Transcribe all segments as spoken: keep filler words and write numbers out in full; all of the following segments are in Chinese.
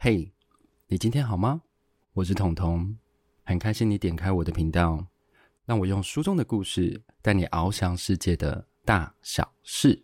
嘿、hey, 你今天好吗？我是彤彤，很开心你点开我的频道，让我用书中的故事带你翱翔世界的大小事。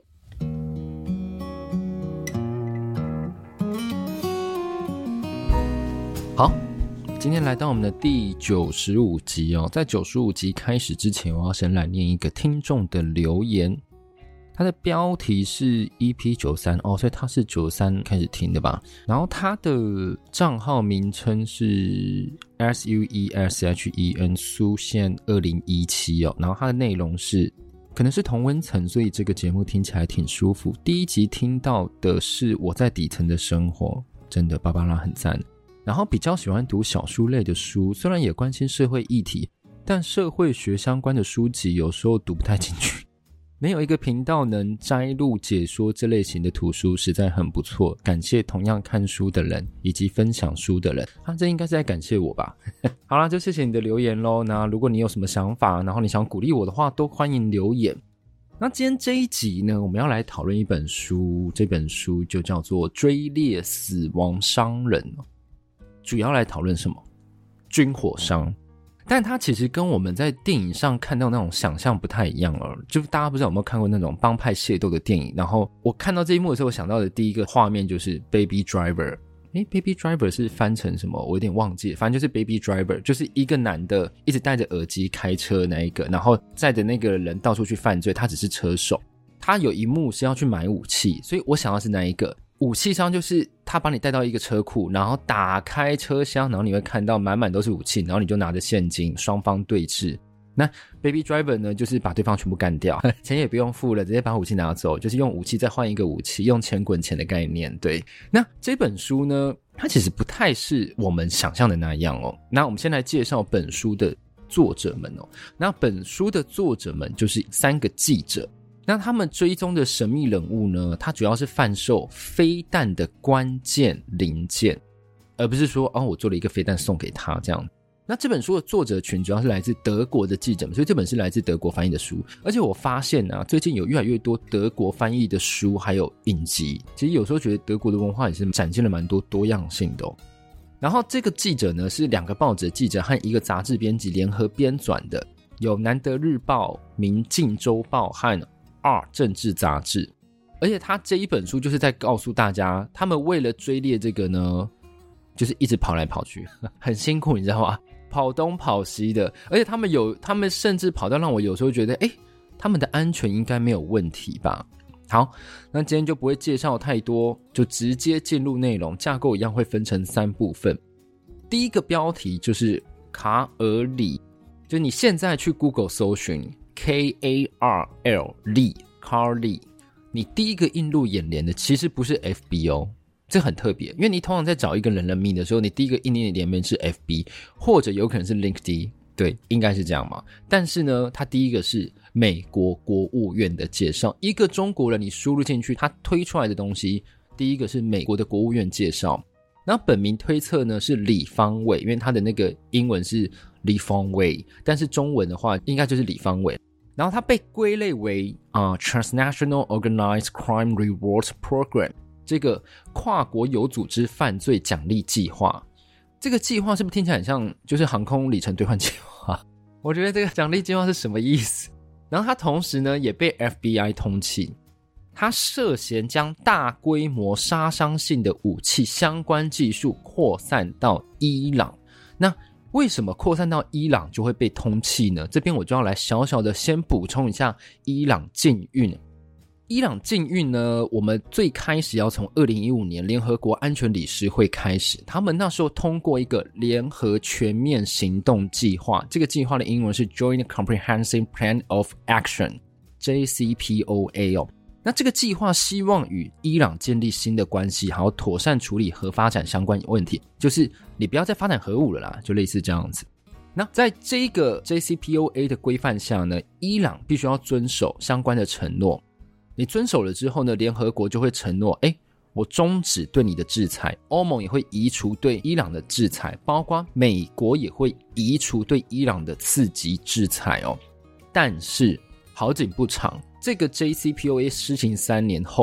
好，今天来到我们的第九十五集哦。在九十五集开始之前，我要先来念一个听众的留言。它的标题是 E P 九十三 哦，所以它是九十三开始听的吧。然后它的账号名称是 S U E S H E N 苏线二零一七哦。然后它的内容是可能是同温层，所以这个节目听起来挺舒服。第一集听到的是我在底层的生活，真的芭芭拉很赞。然后比较喜欢读小书类的书，虽然也关心社会议题，但社会学相关的书籍有时候读不太进去。没有一个频道能摘录解说这类型的图书，实在很不错。感谢同样看书的人以及分享书的人。啊，这应该是在感谢我吧。好啦，就谢谢你的留言咯。那如果你有什么想法，然后你想鼓励我的话，都欢迎留言。那今天这一集呢，我们要来讨论一本书，这本书就叫做《追猎死亡商人》。主要来讨论什么？军火商。但它其实跟我们在电影上看到那种想象不太一样了。就大家不知道有没有看过那种帮派械斗的电影，然后我看到这一幕的时候，我想到的第一个画面就是 Baby Driver。诶 Baby Driver 是翻成什么我有点忘记了，反正就是 Baby Driver， 就是一个男的一直戴着耳机开车那一个，然后载着那个人到处去犯罪，他只是车手。他有一幕是要去买武器，所以我想到是那一个武器商，就是他把你带到一个车库，然后打开车厢，然后你会看到满满都是武器，然后你就拿着现金，双方对峙。那 Baby Driver 呢，就是把对方全部干掉，钱也不用付了，直接把武器拿走，就是用武器再换一个武器，用钱滚钱的概念。对，那这本书呢，它其实不太是我们想象的那样哦。那我们先来介绍本书的作者们哦。那本书的作者们就是三个记者。那他们追踪的神秘人物呢，他主要是贩售飞弹的关键零件，而不是说哦，我做了一个飞弹送给他这样。那这本书的作者群主要是来自德国的记者们，所以这本是来自德国翻译的书。而且我发现啊，最近有越来越多德国翻译的书还有影集，其实有时候觉得德国的文化也是展现了蛮多多样性的哦。然后这个记者呢，是两个报纸的记者和一个杂志编辑联合编纂的，有南德日报、明镜周报和R 政治杂志。而且他这一本书就是在告诉大家，他们为了追猎这个呢，就是一直跑来跑去，很辛苦，你知道吗？跑东跑西的。而且他们有他们甚至跑到让我有时候觉得诶，他们的安全应该没有问题吧。好，那今天就不会介绍太多，就直接进入内容。架构一样会分成三部分。第一个标题就是卡尔里，就你现在去 Google 搜寻K A R L Lee Carly， 你第一个映入眼帘的其实不是 F B 哦，这很特别，因为你通常在找一个人的名的时候，你第一个映入眼帘是 F B， 或者有可能是 LinkedIn， 对，应该是这样嘛。但是呢，它第一个是美国国务院的介绍，一个中国人你输入进去，他推出来的东西，第一个是美国的国务院介绍。然后本名推测呢是李方伟，因为他的那个英文是李方伟，但是中文的话应该就是李方伟。然后它被归类为、uh, Transnational Organized Crime Rewards Program， 这个跨国有组织犯罪奖励计划。这个计划是不是听起来很像就是航空里程兑换计划？我觉得这个奖励计划是什么意思？然后它同时呢也被 F B I 通缉，它涉嫌将大规模杀伤性的武器相关技术扩散到伊朗。那为什么扩散到伊朗就会被通缉呢？这边我就要来小小的先补充一下伊朗禁运。伊朗禁运呢，我们最开始要从二零一五年联合国安全理事会开始，他们那时候通过一个联合全面行动计划，这个计划的英文是 Joint Comprehensive Plan of Action J C P O A 哦。那这个计划希望与伊朗建立新的关系，还有妥善处理核发展相关问题，就是你不要再发展核武了啦，就类似这样子。那在这个 J C P O A 的规范下呢，伊朗必须要遵守相关的承诺。你遵守了之后呢，联合国就会承诺，诶，我终止对你的制裁，欧盟也会移除对伊朗的制裁，包括美国也会移除对伊朗的次级制裁哦。但是好景不长，这个 J C P O A 施行三年后，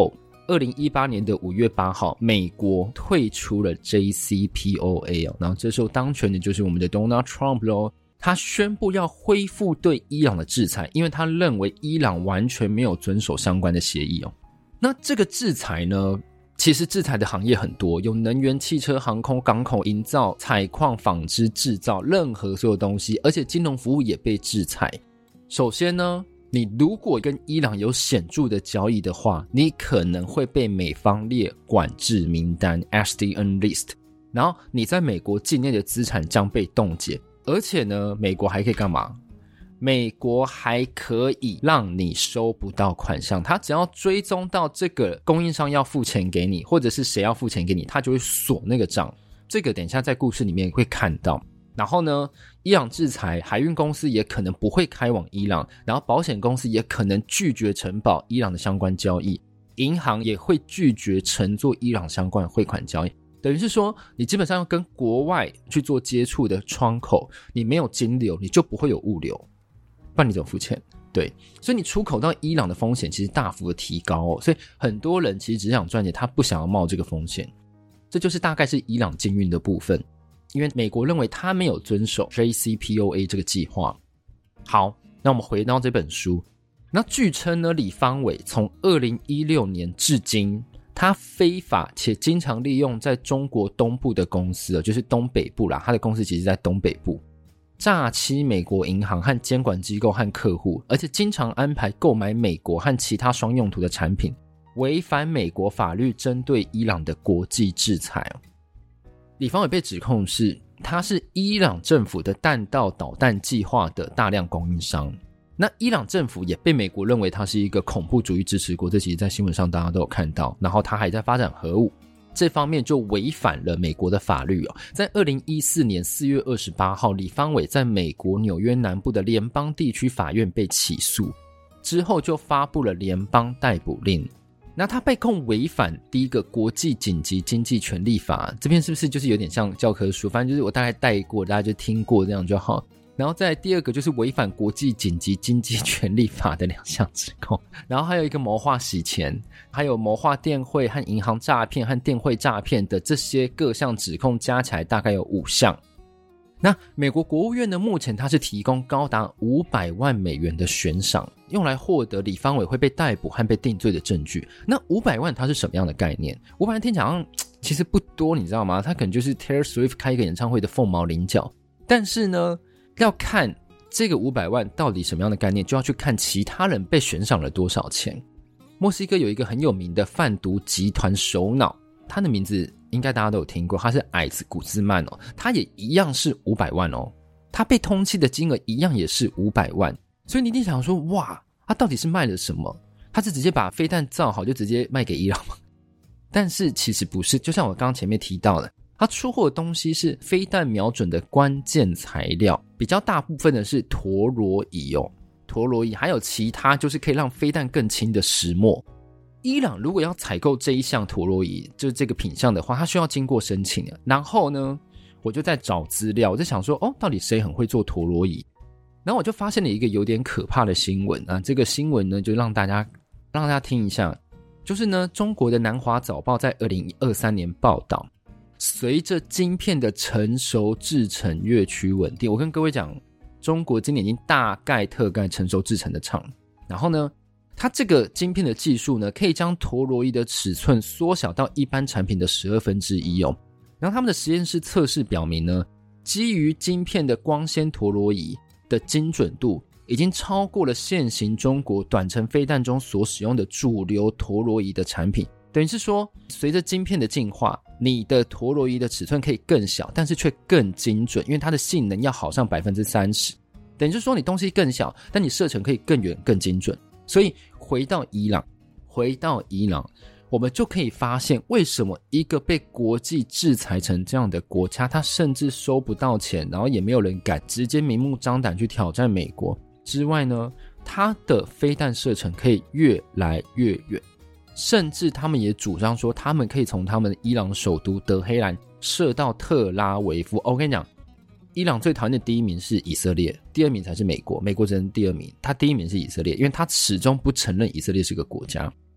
二零一八年的五月八号，美国退出了 J C P O A 哦，然后这时候当权的就是我们的 Donald Trump 咯，他宣布要恢复对伊朗的制裁，因为他认为伊朗完全没有遵守相关的协议哦。那这个制裁呢，其实制裁的行业很多，有能源、汽车、航空、港口、营造、采矿、纺织、制造，任何所有东西，而且金融服务也被制裁。首先呢，你如果跟伊朗有显著的交易的话，你可能会被美方列管制名单 S D N list， 然后你在美国境内的资产将被冻结，而且呢，美国还可以干嘛？美国还可以让你收不到款项，他只要追踪到这个供应商要付钱给你，或者是谁要付钱给你，他就会锁那个账。这个等一下在故事里面会看到。然后呢，伊朗制裁，海运公司也可能不会开往伊朗，然后保险公司也可能拒绝承保伊朗的相关交易，银行也会拒绝承做伊朗相关的汇款交易。等于是说，你基本上要跟国外去做接触的窗口，你没有金流，你就不会有物流，不然你怎么付钱？对，所以你出口到伊朗的风险其实大幅的提高哦。所以很多人其实只想赚钱，他不想要冒这个风险。这就是大概是伊朗禁运的部分。因为美国认为他没有遵守 J C P O A 这个计划。好，那我们回到这本书。那据称呢，李方伟从二零一六年至今，他非法且经常利用在中国东部的公司，就是东北部啦，他的公司其实在东北部，诈欺美国银行和监管机构和客户，而且经常安排购买美国和其他双用途的产品，违反美国法律针对伊朗的国际制裁。李方伟被指控是他是伊朗政府的弹道导弹计划的大量供应商。那伊朗政府也被美国认为他是一个恐怖主义支持国，这其实在新闻上大家都有看到。然后他还在发展核武，这方面就违反了美国的法律哦。在二零一四年四月二十八号，李方伟在美国纽约南部的联邦地区法院被起诉，之后就发布了联邦逮捕令。那他被控违反第一个国际紧急经济权利法，这边是不是就是有点像教科书，反正就是我大概带过，大家就听过这样就好。然后再来第二个就是违反国际紧急经济权利法的两项指控，然后还有一个谋划洗钱，还有谋划电汇和银行诈骗和电汇诈骗的这些各项指控加起来大概有五项。那美国国务院呢，目前它是提供高达五百万美元的悬赏，用来获得李方伟会被逮捕和被定罪的证据。那五百万它是什么样的概念？五百万听起来好像其实不多，你知道吗？它可能就是 Taylor Swift 开一个演唱会的凤毛麟角。但是呢，要看这个五百万到底什么样的概念，就要去看其他人被悬赏了多少钱。墨西哥有一个很有名的贩毒集团首脑，他的名字应该大家都有听过，他是矮子古兹曼哦，他也一样是五百万哦，他被通缉的金额一样也是五百万。所以你一定想说，哇，他到底是卖了什么？他是直接把飞弹造好就直接卖给伊朗吗？但是其实不是，就像我刚刚前面提到的，他出货的东西是飞弹瞄准的关键材料，比较大部分的是陀螺仪哦，陀螺仪还有其他就是可以让飞弹更轻的石墨。伊朗如果要采购这一项陀螺仪，就是这个品项的话，它需要经过申请的。然后呢，我就在找资料，我在想说，哦，到底谁很会做陀螺仪？然后我就发现了一个有点可怕的新闻啊，这个新闻呢，就让大家让大家听一下，就是呢，中国的南华早报在二零二三年报道，随着晶片的成熟制程越趋稳定，我跟各位讲，中国今年已经大概特概成熟制程的厂，然后呢，它这个晶片的技术呢，可以将陀螺仪的尺寸缩小到一般产品的十二分之一哦。然后他们的实验室测试表明呢，基于晶片的光纤陀螺仪的精准度已经超过了现行中国短程飞弹中所使用的主流陀螺仪的产品。等于是说，随着晶片的进化，你的陀螺仪的尺寸可以更小，但是却更精准，因为它的性能要好上 百分之三十。 等于是说你东西更小，但你射程可以更远更精准。所以回到伊朗回到伊朗我们就可以发现，为什么一个被国际制裁成这样的国家，它甚至收不到钱，然后也没有人敢直接明目张胆去挑战美国之外呢，它的飞弹射程可以越来越远，甚至他们也主张说，他们可以从他们的伊朗首都德黑兰射到特拉维夫。哦，我跟你讲，伊朗最讨厌的第一名是以色列，第二名才是美国，美国只能第二名，他第一名是以色列，因为他始终不承认以色列是个国家。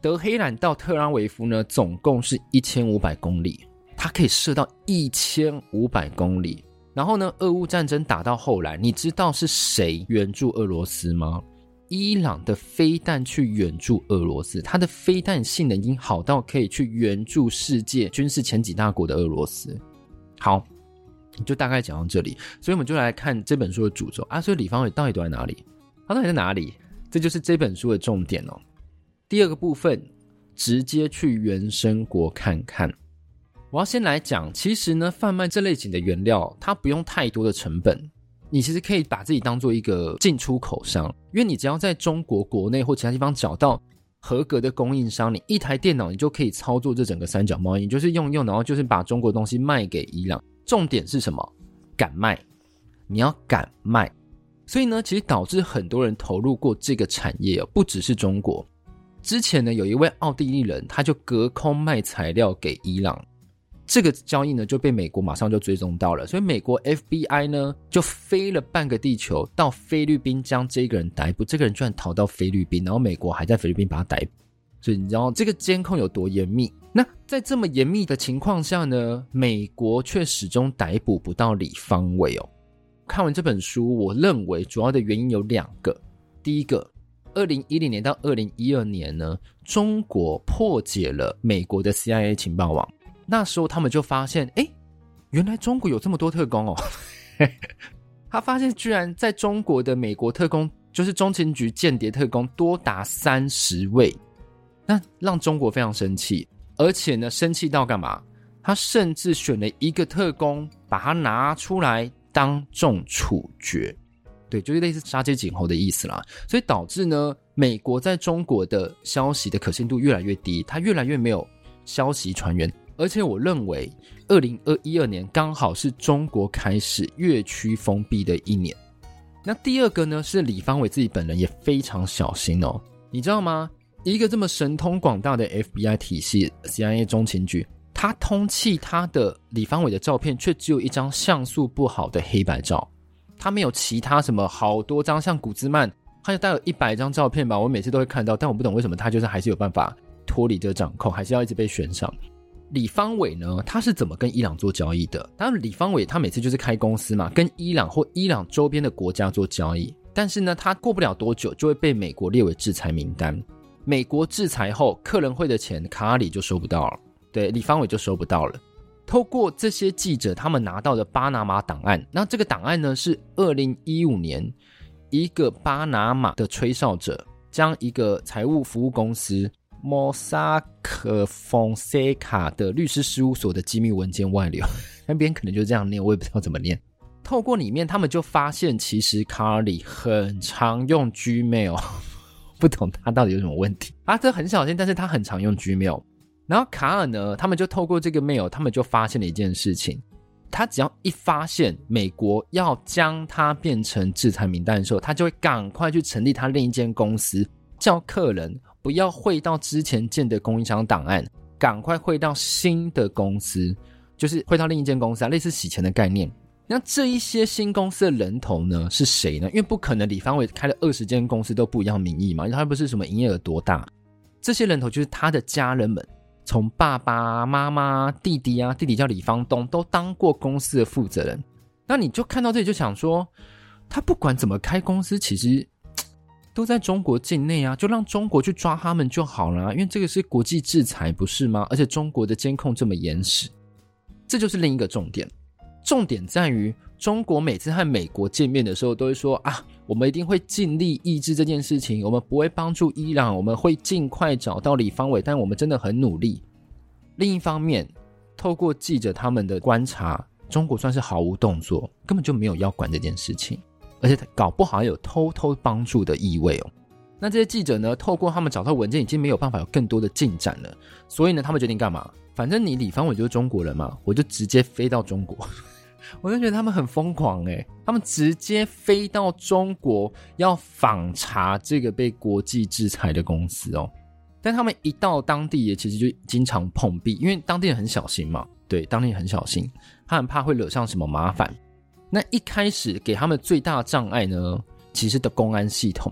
德黑兰到特拉维夫呢，总共是一千五百公里，它可以射到一千五百公里。然后呢，俄乌战争打到后来，你知道是谁援助俄罗斯吗？伊朗的飞弹去援助俄罗斯，它的飞弹性能已经好到可以去援助世界军事前几大国的俄罗斯。好，就大概讲到这里，所以我们就来看这本书的主轴啊。所以李方伟到底躲在哪里？他到底在哪里？这就是这本书的重点哦。第二个部分，直接去原生国看看。我要先来讲，其实呢，贩卖这类型的原料，它不用太多的成本。你其实可以把自己当做一个进出口商，因为你只要在中国国内或其他地方找到合格的供应商，你一台电脑你就可以操作这整个三角贸易，你就是用用，然后就是把中国的东西卖给伊朗。重点是什么？敢卖，你要敢卖。所以呢，其实导致很多人投入过这个产业哦，不只是中国。之前呢，有一位奥地利人，他就隔空卖材料给伊朗。这个交易呢就被美国马上就追踪到了，所以美国 F B I 呢就飞了半个地球到菲律宾将这个人逮捕，这个人居然逃到菲律宾，然后美国还在菲律宾把他逮捕，所以你知道这个监控有多严密。那在这么严密的情况下呢，美国却始终逮捕不到李方伟哦。看完这本书，我认为主要的原因有两个。第一个，二零一零年到二零一二年呢，中国破解了美国的 C I A 情报网。那时候他们就发现，诶，原来中国有这么多特工哦。他发现居然在中国的美国特工，就是中情局间谍特工多达三十位，那让中国非常生气。而且呢，生气到干嘛？他甚至选了一个特工，把他拿出来当众处决。对，就是类似杀鸡儆猴的意思啦。所以导致呢，美国在中国的消息的可信度越来越低，它越来越没有消息传源。而且我认为二零一二年刚好是中国开始越趋封闭的一年。那第二个呢，是李方伟自己本人也非常小心哦。你知道吗？一个这么神通广大的 F B I 体系 C I A 中情局，他通缉他的李方伟的照片却只有一张像素不好的黑白照，他没有其他什么好多张，像古兹曼他就大概有一百张照片吧，我每次都会看到，但我不懂为什么他就是还是有办法脱离这个掌控，还是要一直被悬赏。李方伟呢，他是怎么跟伊朗做交易的？当然李方伟他每次就是开公司嘛，跟伊朗或伊朗周边的国家做交易，但是呢他过不了多久就会被美国列为制裁名单。美国制裁后，客人会的钱卡拉里就收不到了，对，李方伟就收不到了。透过这些记者他们拿到的巴拿马档案，那这个档案呢是二零一五年一个巴拿马的吹哨者将一个财务服务公司莫萨克fon塞卡的律师事务所的机密文件外流，那边可能就这样念，我也不知道怎么念。透过里面他们就发现其实卡尔里很常用 Gmail， 不懂他到底有什么问题啊，这很小心，但是他很常用 Gmail。 然后卡尔呢，他们就透过这个 mail， 他们就发现了一件事情，他只要一发现美国要将他变成制裁名单的时候，他就会赶快去成立他另一间公司，叫客人不要汇到之前建的供应商档案，赶快汇到新的公司，就是汇到另一间公司啊，类似洗钱的概念。那这一些新公司的人头呢是谁呢？因为不可能李方伟开了二十间公司都不一样名义嘛，因为他不是什么营业额多大。这些人头就是他的家人们，从爸爸妈妈弟弟啊，弟弟叫李方东，都当过公司的负责人。那你就看到这里就想说，他不管怎么开公司其实都在中国境内啊，就让中国去抓他们就好了啊，因为这个是国际制裁不是吗？而且中国的监控这么严实。这就是另一个重点，重点在于中国每次和美国见面的时候都会说啊，我们一定会尽力抑制这件事情，我们不会帮助伊朗，我们会尽快找到李方伟，但我们真的很努力。另一方面，透过记者他们的观察，中国算是毫无动作，根本就没有要管这件事情，而且搞不好有偷偷帮助的意味哦。那这些记者呢，透过他们找到文件已经没有办法有更多的进展了，所以呢他们决定干嘛？反正你李方伟就是中国人嘛，我就直接飞到中国。我就觉得他们很疯狂耶，他们直接飞到中国要访查这个被国际制裁的公司哦。但他们一到当地也其实就经常碰壁，因为当地人很小心嘛，对，当地人很小心，他很怕会惹上什么麻烦。那一开始给他们最大的障碍呢，其实的公安系统，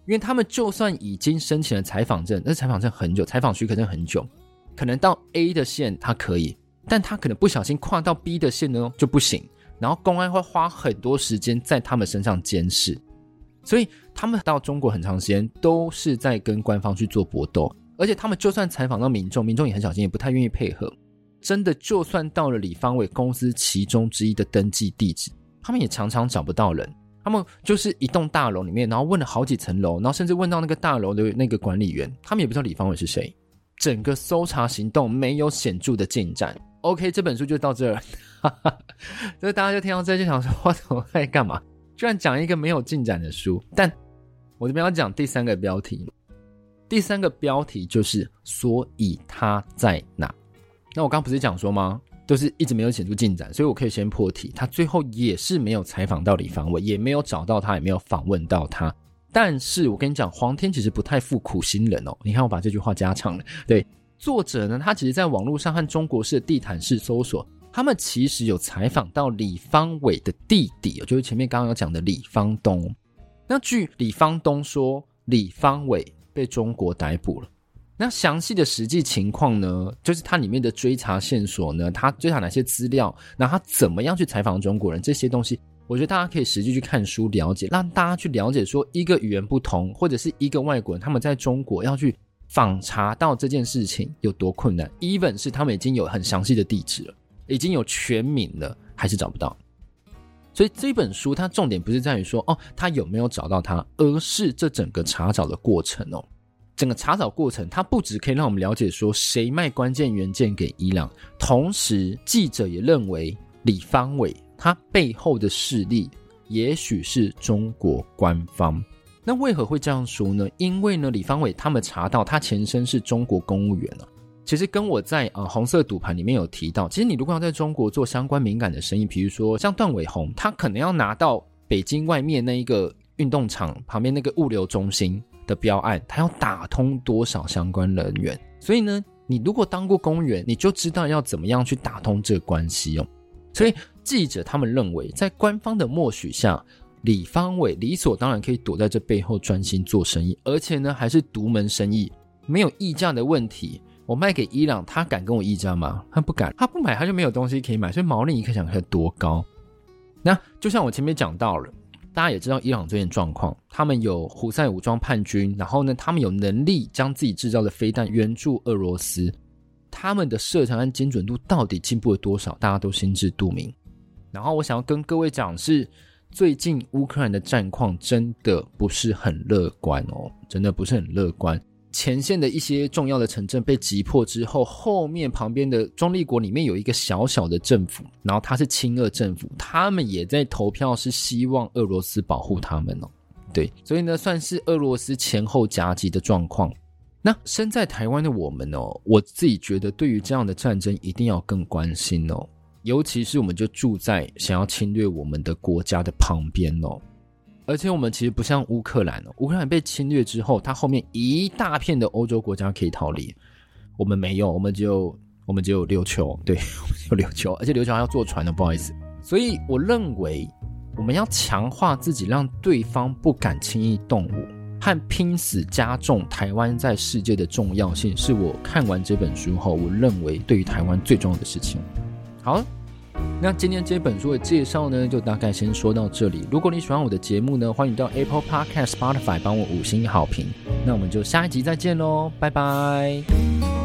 因为他们就算已经申请了采访证，那采访证很久，采访许可证很久，可能到 A 的县他可以，但他可能不小心跨到 B 的县呢就不行，然后公安会花很多时间在他们身上监视，所以他们到中国很长时间都是在跟官方去做搏斗，而且他们就算采访到民众，民众也很小心，也不太愿意配合。真的就算到了李方伟公司其中之一的登记地址，他们也常常找不到人，他们就是一栋大楼里面，然后问了好几层楼，然后甚至问到那个大楼的那个管理员，他们也不知道李方伟是谁。整个搜查行动没有显著的进展。 OK， 这本书就到这儿所以大家就听到这就想说我怎么在干嘛，居然讲一个没有进展的书。但我这边要讲第三个标题，第三个标题就是所以他在哪。那我刚刚不是讲说吗，都是一直没有显著进展，所以我可以先破题，他最后也是没有采访到李方伟，也没有找到他，也没有访问到他。但是我跟你讲，黄天其实不太负苦心人哦。你看我把这句话加长了。对，作者呢，他其实在网络上和中国式的地毯式搜索，他们其实有采访到李方伟的弟弟，就是前面刚刚有讲的李方东。那据李方东说，李方伟被中国逮捕了。那详细的实际情况呢，就是他里面的追查线索呢，他追查哪些资料，那他怎么样去采访中国人，这些东西我觉得大家可以实际去看书了解，让大家去了解说一个语言不同或者是一个外国人，他们在中国要去访查到这件事情有多困难， even 是他们已经有很详细的地址了，已经有全名了，还是找不到。所以这本书它重点不是在于说哦他有没有找到他，而是这整个查找的过程哦。整个查找过程它不只可以让我们了解说谁卖关键元件给伊朗，同时记者也认为李方伟他背后的势力也许是中国官方。那为何会这样说呢？因为呢李方伟他们查到他前身是中国公务员啊。其实跟我在、呃、红色赌盘里面有提到，其实你如果要在中国做相关敏感的生意，比如说像段伟宏，他可能要拿到北京外面那一个运动场旁边那个物流中心的标案，他要打通多少相关人员。所以呢你如果当过公务员，你就知道要怎么样去打通这个关系哦。所以记者他们认为在官方的默许下，李方伟理所当然可以躲在这背后专心做生意，而且呢还是独门生意，没有议价的问题。我卖给伊朗，他敢跟我议价吗？他不敢，他不买他就没有东西可以买，所以毛利你可以想看多高。那就像我前面讲到了，大家也知道伊朗最近状况，他们有胡塞武装叛军，然后呢他们有能力将自己制造的飞弹援助俄罗斯，他们的射程和精准度到底进步了多少，大家都心知肚明。然后我想要跟各位讲是，最近乌克兰的战况真的不是很乐观哦，真的不是很乐观。前线的一些重要的城镇被击破之后，后面旁边的中立国里面有一个小小的政府，然后他是亲俄政府，他们也在投票，是希望俄罗斯保护他们哦。对，所以呢算是俄罗斯前后夹击的状况。那身在台湾的我们哦，我自己觉得对于这样的战争一定要更关心哦，尤其是我们就住在想要侵略我们的国家的旁边哦。而且我们其实不像乌克兰哦，乌克兰被侵略之后，它后面一大片的欧洲国家可以逃离，我们没有，我们只有我们只有琉球，对，我们只有琉球，而且琉球还要坐船的，不好意思。所以我认为我们要强化自己，让对方不敢轻易动武，和拼死加重台湾在世界的重要性，是我看完这本书后，我认为对于台湾最重要的事情。好，那今天这本书的介绍呢，就大概先说到这里。如果你喜欢我的节目呢，欢迎到 Apple Podcast、Spotify 帮我五星好评。那我们就下一集再见咯，拜拜。